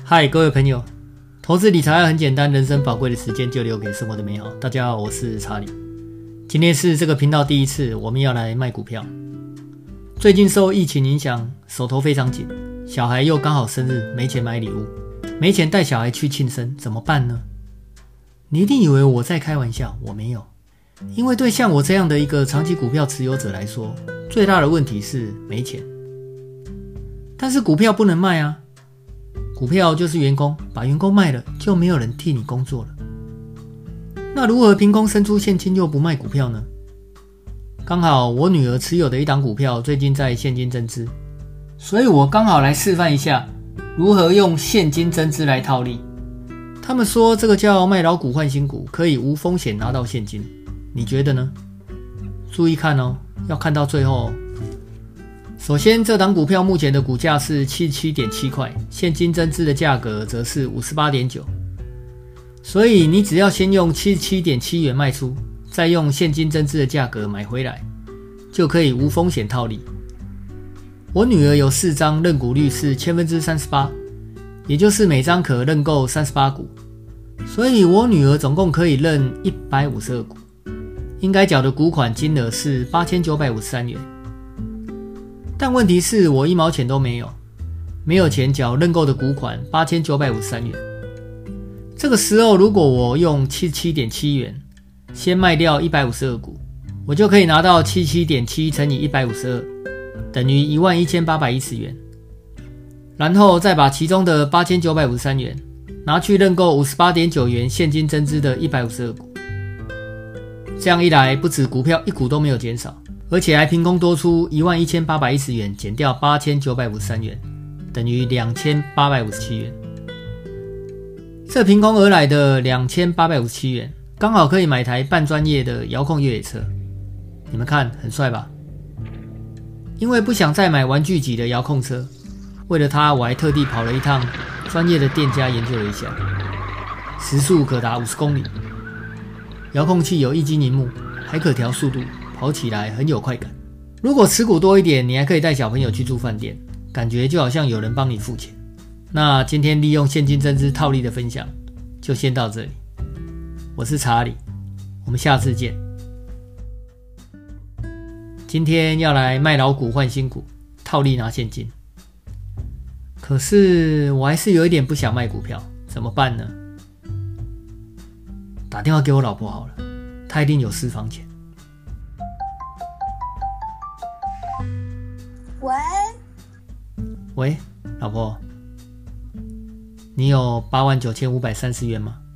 嗨，各位朋友，投资理财很简单，人生宝贵的时间就留给生活的美好。大家好，我是查理。今天是这个频道第一次，我们要来卖股票。最近受疫情影响，手头非常紧，小孩又刚好生日，没钱买礼物，没钱带小孩去庆生，怎么办呢？你一定以为我在开玩笑，我没有。因为对像我这样的一个长期股票持有者来说，最大的问题是没钱。但是股票不能卖啊，股票就是员工，把员工卖了，就没有人替你工作了。那如何凭空生出现金又不卖股票呢？刚好我女儿持有的一档股票最近在现金增资，所以我刚好来示范一下如何用现金增资来套利。他们说这个叫卖老股换新股，可以无风险拿到现金，你觉得呢？注意看哦，要看到最后哦。首先，这档股票目前的股价是 77.7 块，现金增资的价格则是 58.9， 所以你只要先用 77.7 元卖出，再用现金增资的价格买回来，就可以无风险套利。我女儿有4张，认股率是38%，也就是每张可认购38股，所以我女儿总共可以认152股，应该缴的股款金额是8953元。但问题是我1毛钱都没有，没有钱缴认购的股款8953元。这个时候如果我用 77.7 元先卖掉152股，我就可以拿到 77.7 乘以152等于11810元，然后再把其中的8953元拿去认购 58.9 元现金增资的152股。这样一来，不止股票1股都没有减少，而且还凭空多出11810元减掉8953元，等于2857元。这凭空而来的2857元，刚好可以买台半专业的遥控越野车。你们看，很帅吧？因为不想再买玩具级的遥控车，为了它我还特地跑了一趟专业的店家研究了一下，时速可达50公里，遥控器有液晶萤幕，还可调速度，跑起来很有快感。如果持股多一点，你还可以带小朋友去住饭店，感觉就好像有人帮你付钱。那今天利用现金增资套利的分享就先到这里，我是查理，我们下次见。今天要来卖老股换新股，套利拿现金。可是我还是有一点不想卖股票，怎么办呢？打电话给我老婆好了，她一定有私房钱。喂，老婆，你有89530元吗？